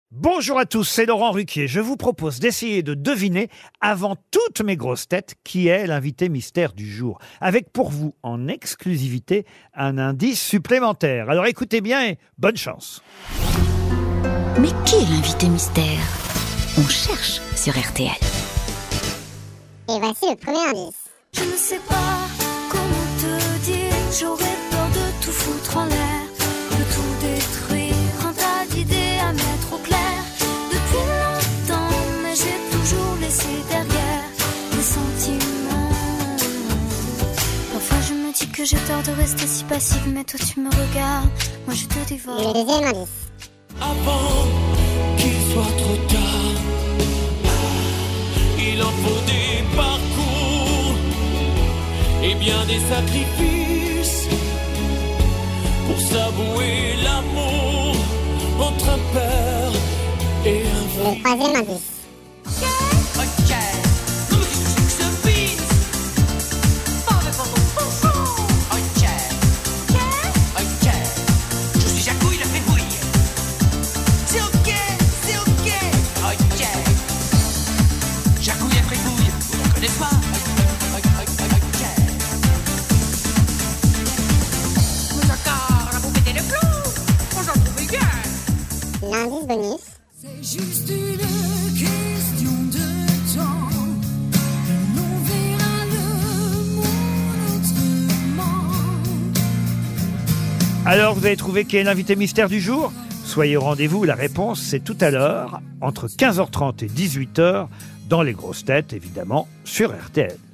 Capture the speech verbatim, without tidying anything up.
Bonjour à tous, c'est Laurent Ruquier. Je vous propose d'essayer de deviner, avant toutes mes grosses têtes, qui est l'invité mystère du jour. Avec pour vous, en exclusivité, un indice supplémentaire. Alors écoutez bien et bonne chance. Mais qui est l'invité mystère? On cherche sur R T L. Et voici le premier indice. Je ne sais pas comment te dire, j'aurais peur de tout foutre en l'air, de tout détruire, un tas d'idées à mettre au clair. Depuis longtemps, mais j'ai toujours laissé derrière mes sentiments. Parfois je me dis que j'ai tort de rester si passive, mais toi tu me regardes, moi je te dévore. Le deuxième indice. Avant qu'il soit trop tard, il en faut des parcours et bien des sacrifices pour s'avouer l'amour entre un père et un fils. Le troisième indice. Ok, nous ce bis, pas avec mon poisson. Ok, ok, je suis Jacouille la fripouille. C'est ok, c'est ok, ok. Jacouille la fripouille, vous ne connaissez pas. Ok, vous encore, on a vous pété le plomb. On s'en trouve bien. L'indice bonus. C'est juste une question de temps. On verra le monde autrement. Alors vous avez trouvé qui est l'invité mystère du jour? Soyez au rendez-vous, la réponse c'est tout à l'heure, entre quinze heures trente et dix-huit heures, dans les grosses têtes évidemment, sur R T L.